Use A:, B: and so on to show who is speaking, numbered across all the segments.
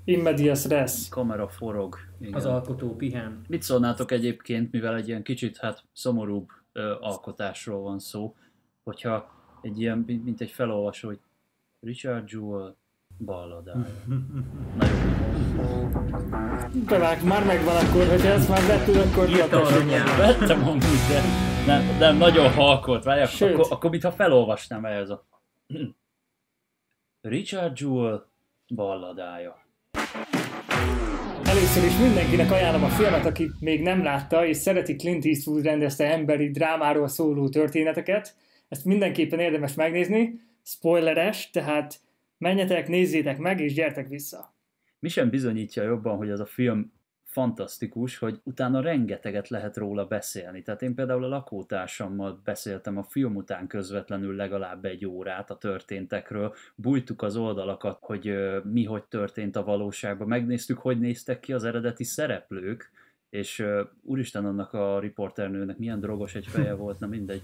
A: In medias res.
B: Kamera forog. Igen.
C: Az alkotó pihen.
B: Mit szólnátok egyébként, mivel egy ilyen kicsit szomorúbb alkotásról van szó, hogyha egy ilyen, mint egy felolvasó, hogy Richard Jewell balladája. Nagyon
A: Bevák, már megvan akkor, hogyha ezt már vetted, akkor
B: vettem amúgy, de nem, nagyon halkolt, várjál, akkor mintha felolvasnám ehhez a Richard Jewell balladája.
A: Először is mindenkinek ajánlom a filmet, aki még nem látta, és szereti Clint Eastwood rendezte emberi drámáról szóló történeteket. Ezt mindenképpen érdemes megnézni. Spoileres, tehát menjetek, nézzétek meg, és gyertek vissza.
B: Mi sem bizonyítja jobban, hogy ez a film fantasztikus, hogy utána rengeteget lehet róla beszélni. Tehát én például a lakótársammal beszéltem a film után közvetlenül legalább 1 órát a történtekről, bújtuk az oldalakat, hogy mi hogy történt a valóságban, megnéztük, hogy néztek ki az eredeti szereplők, és úristen, annak a riporternőnek milyen drogos egy feje volt, na mindegy.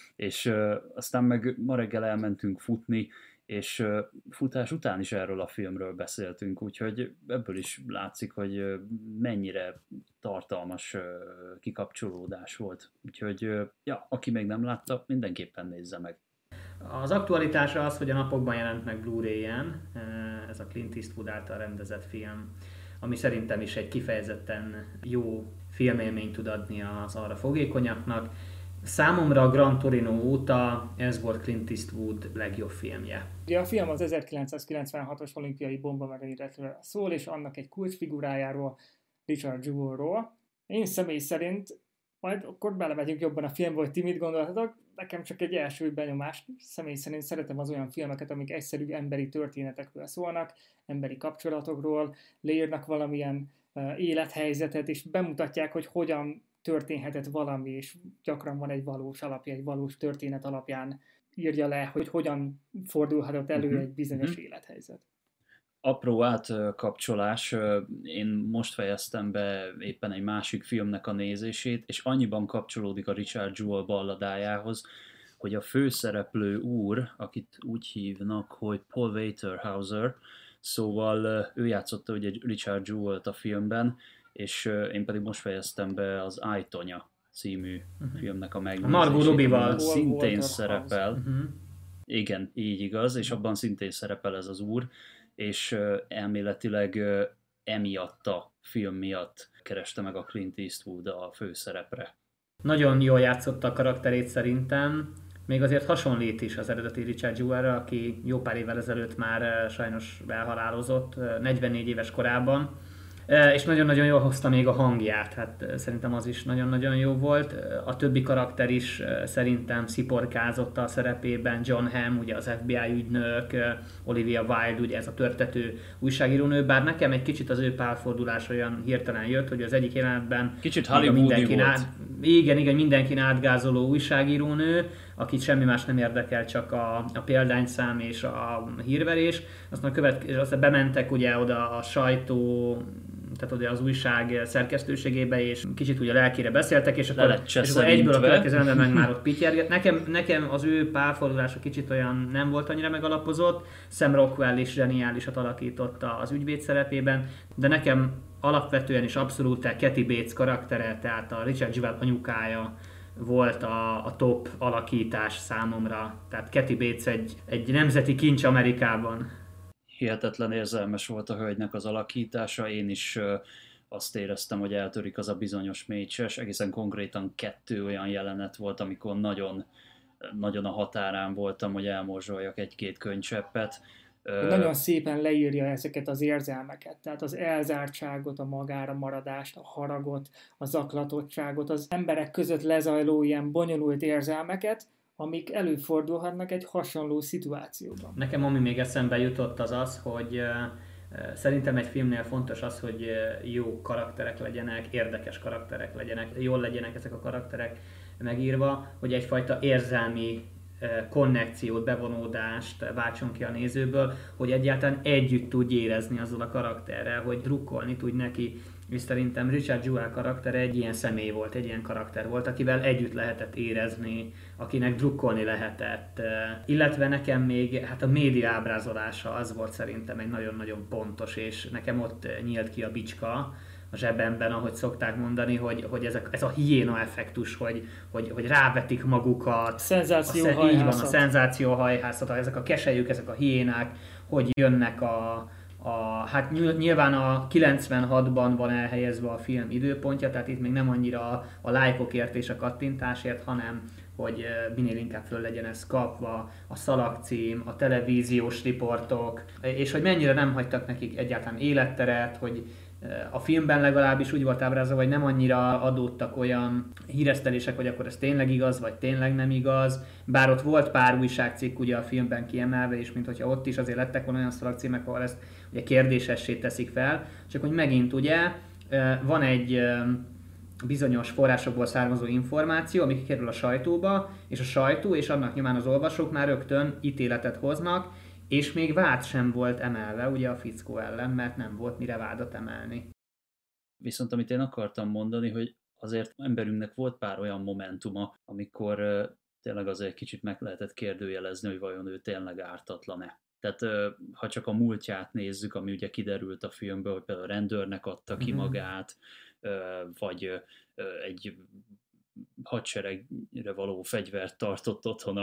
B: És aztán meg ma reggel elmentünk futni, és futás után is erről a filmről beszéltünk, úgyhogy ebből is látszik, hogy mennyire tartalmas kikapcsolódás volt. Úgyhogy ja, aki még nem látta, mindenképpen nézze meg.
C: Az aktualitása az, hogy a napokban jelent meg Blu-ray-en ez a Clint Eastwood által rendezett film, ami szerintem is egy kifejezetten jó filmélményt tud adni az arra fogékonyaknak. Számomra a Gran Torino óta ez volt Clint Eastwood legjobb filmje.
A: Ugye a film az 1996-os olimpiai bombamerényletről szól, és annak egy kulcsfigurájáról, Richard Jewellról. Én személy szerint, majd akkor belemegyünk jobban a filmbe, hogy ti mit gondoltatok, nekem csak egy első benyomás. Személy szerint szeretem az olyan filmeket, amik egyszerű emberi történetekről szólnak, emberi kapcsolatokról, leírnak valamilyen élethelyzetet, és bemutatják, hogy hogyan történhetett valami, és gyakran van egy valós alapja, egy valós történet alapján írja le, hogy hogyan fordulhatott elő egy bizonyos élethelyzet.
B: Apró átkapcsolás, én most fejeztem be éppen egy másik filmnek a nézését, és annyiban kapcsolódik a Richard Jewell balladájához, hogy a főszereplő úr, akit úgy hívnak, hogy Paul Waterhauser, szóval ő játszotta ugye Richard Jewellt a filmben, és én pedig most fejeztem be az Ájtonya című filmnek a megnézését.
C: Margot Robbie-val
B: szintén szerepel. Igen, így igaz, és abban szintén szerepel ez az úr, és elméletileg emiatt a film miatt kereste meg a Clint Eastwood a főszerepre.
C: Nagyon jól játszotta a karakterét szerintem, még azért hasonlít is az eredeti Richard Jewellre, aki jó pár évvel ezelőtt már sajnos elhalálozott, 44 éves korában, és nagyon-nagyon jól hozta még a hangját, hát szerintem az is nagyon-nagyon jó volt. A többi karakter is szerintem sziporkázott a szerepében, John Hamm, ugye az FBI ügynök, Olivia Wilde, ugye ez a törtető újságírónő, bár nekem egy kicsit az ő pálfordulás olyan hirtelen jött, hogy az egyik jelenetben
B: kicsit hollywoodi volt.
C: Igen, mindenkin átgázoló újságírónő, akit semmi más nem érdekel, csak a példányszám és a hírverés. Aztán bementek ugye oda a sajtó, tehát ugye az újság szerkesztőségébe, és kicsit ugye lelkére beszéltek, és akkor egyből a következő meg már ott pityerget. Nekem az ő pálfordulása kicsit olyan nem volt annyira megalapozott, Sam Rockwell is zseniálisat alakította az ügyvéd szerepében, de nekem alapvetően is abszolút a Kathy Bates karaktere, tehát a Richard Jewell anyukája volt a top alakítás számomra. Tehát Kathy Bates egy nemzeti kincs Amerikában.
B: Hihetetlen érzelmes volt a hölgynek az alakítása, én is azt éreztem, hogy eltörik az a bizonyos mécses, egészen konkrétan 2 olyan jelenet volt, amikor nagyon, nagyon a határán voltam, hogy elmorzsoljak 1-2 könycseppet.
A: Nagyon szépen leírja ezeket az érzelmeket, tehát az elzártságot, a magára maradást, a haragot, a zaklatottságot, az emberek között lezajló ilyen bonyolult érzelmeket, amik előfordulhatnak egy hasonló szituációban.
C: Nekem ami még eszembe jutott az, hogy szerintem egy filmnél fontos az, hogy jó karakterek legyenek, érdekes karakterek legyenek, jól legyenek ezek a karakterek megírva, hogy egyfajta érzelmi konnekciót, bevonódást váltson ki a nézőből, hogy egyáltalán együtt tudj érezni azzal a karakterrel, hogy drukkolni tudj neki. És szerintem Richard Jewell karaktere egy ilyen személy volt, egy ilyen karakter volt, akivel együtt lehetett érezni, akinek drukkolni lehetett. Illetve nekem még hát a média ábrázolása az volt szerintem egy nagyon-nagyon pontos, és nekem ott nyílt ki a bicska a zsebemben, ahogy szokták mondani, hogy ez a hiéna effektus, hogy rávetik magukat.
A: Szenzációhajhászat.
C: Így van, a szenzációhajhászat, ezek a keselyük, ezek a hiénák, hogy jönnek hát nyilván a 96-ban van elhelyezve a film időpontja, tehát itt még nem annyira a lájkokért és a kattintásért, hanem hogy minél inkább föl legyen ez kapva, a szalagcím, a televíziós riportok, és hogy mennyire nem hagytak nekik egyáltalán életteret, hogy a filmben legalábbis úgy volt ábrázolva, hogy nem annyira adódtak olyan híresztelések, hogy akkor ez tényleg igaz, vagy tényleg nem igaz. Bár ott volt pár újságcikk ugye a filmben kiemelve, és mint hogyha ott is azért lettek volna olyan szalagcímek, ahol ezt ugye kérdésessé teszik fel. Csak hogy megint ugye van egy bizonyos forrásokból származó információ, ami kikerül a sajtóba, és a sajtó és annak nyomán az olvasók már rögtön ítéletet hoznak, és még vád sem volt emelve ugye a fickó ellen, mert nem volt mire vádat emelni.
B: Viszont amit én akartam mondani, hogy azért emberünknek volt pár olyan momentuma, amikor tényleg azért egy kicsit meg lehetett kérdőjelezni, hogy vajon ő tényleg ártatlan-e. Tehát ha csak a múltját nézzük, ami ugye kiderült a filmből, hogy például a rendőrnek adta ki magát, vagy egy hadseregre való fegyvert tartott otthon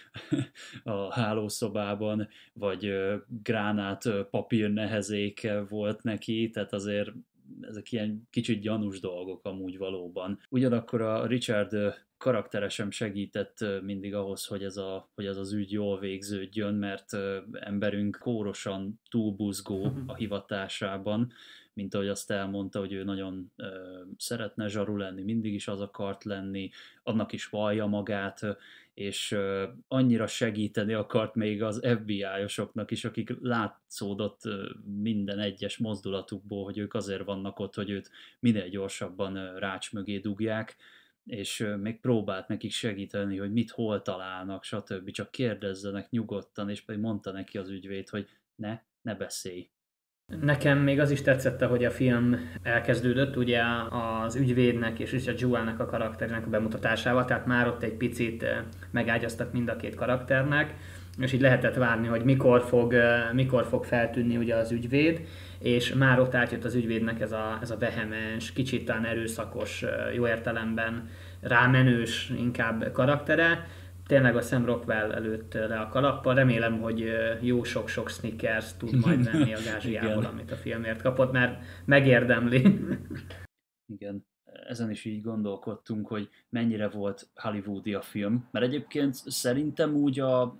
B: a hálószobában, vagy gránát papír nehezéke volt neki, tehát azért ezek ilyen kicsit gyanús dolgok amúgy valóban. Ugyanakkor a Richard karaktere sem segített mindig ahhoz, hogy ez az ügy jól végződjön, mert emberünk kórosan túlbuzgó a hivatásában, mint ahogy azt elmondta, hogy ő nagyon szeretne zsaru lenni, mindig is az akart lenni, annak is vallja magát, és annyira segíteni akart még az FBI-osoknak is, akik látszódott minden egyes mozdulatukból, hogy ők azért vannak ott, hogy őt minél gyorsabban rács mögé dugják, és még próbált nekik segíteni, hogy mit hol találnak, stb. Csak kérdezzenek nyugodtan, és pedig mondta neki az ügyvéd, hogy ne beszélj.
C: Nekem még az is tetszett, hogy a film elkezdődött ugye az ügyvédnek és Richard Jewellnek a karakterének a bemutatásával, tehát már ott egy picit megágyaztak mind a két karakternek, és így lehetett várni, hogy mikor fog feltűnni ugye az ügyvéd, és már ott átjött az ügyvédnek ez a vehemens, kicsit talán erőszakos, jó értelemben rámenős inkább karaktere. Tényleg a Sam Rockwell előtt le a kalappal. Remélem, hogy jó sok-sok Snickers tud majd venni a gázsiából, amit a filmért kapott, mert megérdemli.
B: Igen, ezen is így gondolkodtunk, hogy mennyire volt hollywoodi a film, mert egyébként szerintem úgy a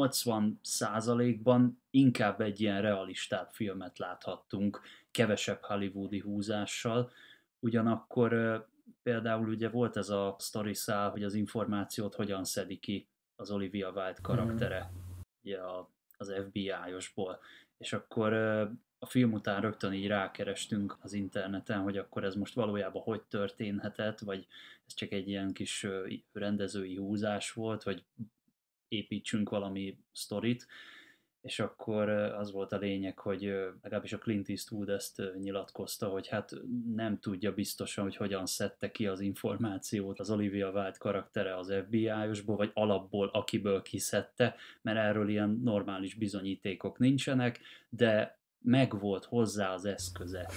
B: 80%-ban inkább egy ilyen realistább filmet láthattunk, kevesebb hollywoodi húzással, ugyanakkor például ugye volt ez a sztoriszál, hogy az információt hogyan szedi ki az Olivia Wilde karaktere ugye az FBI-osból. És akkor a film után rögtön így rákerestünk az interneten, hogy akkor ez most valójában hogy történhetett, vagy ez csak egy ilyen kis rendezői húzás volt, hogy építsünk valami sztorit. És akkor az volt a lényeg, hogy legalábbis a Clint Eastwood ezt nyilatkozta, hogy hát nem tudja biztosan, hogy hogyan szedte ki az információt az Olivia Wilde karaktere az FBI-osból, vagy alapból, akiből kiszedte, mert erről ilyen normális bizonyítékok nincsenek, de megvolt hozzá az eszköze.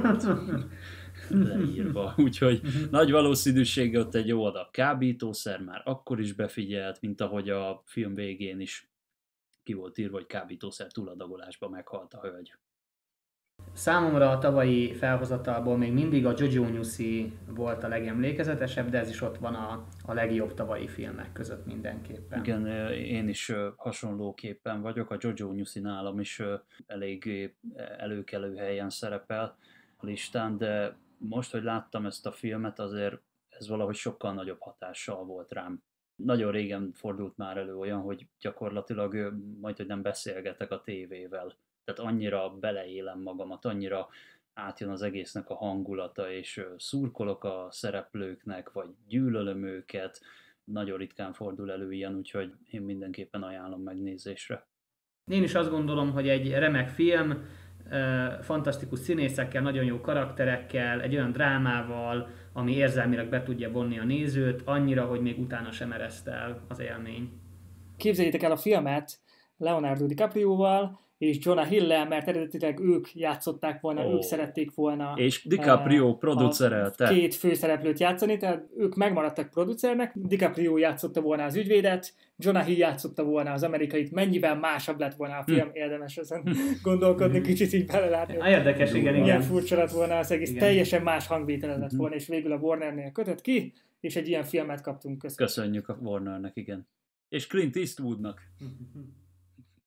B: Leírva. Úgyhogy nagy valószínűséggel ott egy jó adag kábítószer már akkor is befigyelt, mint ahogy a film végén is ki volt írva, hogy kábítószer túladagolásban meghalt a hölgy.
C: Számomra a tavalyi felhozatalból még mindig a Jojo Newsy volt a legemlékezetesebb, de ez is ott van a legjobb tavalyi filmek között mindenképpen.
B: Igen, én is hasonlóképpen vagyok. A Jojo Newsy nálam is elég előkelő helyen szerepel a listán, de most, hogy láttam ezt a filmet, azért ez valahogy sokkal nagyobb hatással volt rám. Nagyon régen fordult már elő olyan, hogy gyakorlatilag majdhogy nem beszélgetek a tévével. Tehát annyira beleélem magamat, annyira átjön az egésznek a hangulata, és szurkolok a szereplőknek, vagy gyűlölöm őket, nagyon ritkán fordul elő ilyen, úgyhogy én mindenképpen ajánlom megnézésre.
C: Én is azt gondolom, hogy egy remek film, fantasztikus színészekkel, nagyon jó karakterekkel, egy olyan drámával, ami érzelmileg be tudja vonni a nézőt, annyira, hogy még utána sem ereszt el az élmény.
A: Képzeljétek el a filmet Leonardo DiCaprioval és Jonah Hill-lel, mert eredetileg ők játszották volna, ők szerették volna
B: és DiCaprio producerelte.
A: Két főszereplőt játszani, tehát ők megmaradtak producernek, DiCaprio játszotta volna az ügyvédet, Jonah Hill játszotta volna az amerikait, mennyivel másabb lett volna a film, érdemes ezen gondolkodni, kicsit így belelátni.
C: Érdekes, igen.
A: Ilyen furcsa lett volna az egész, teljesen más hangvétel lett volna, és végül a Warnernél kötött ki, és egy ilyen filmet kaptunk.
B: Köszönjük a Warnernek, igen. És Clint Eastwoodnak.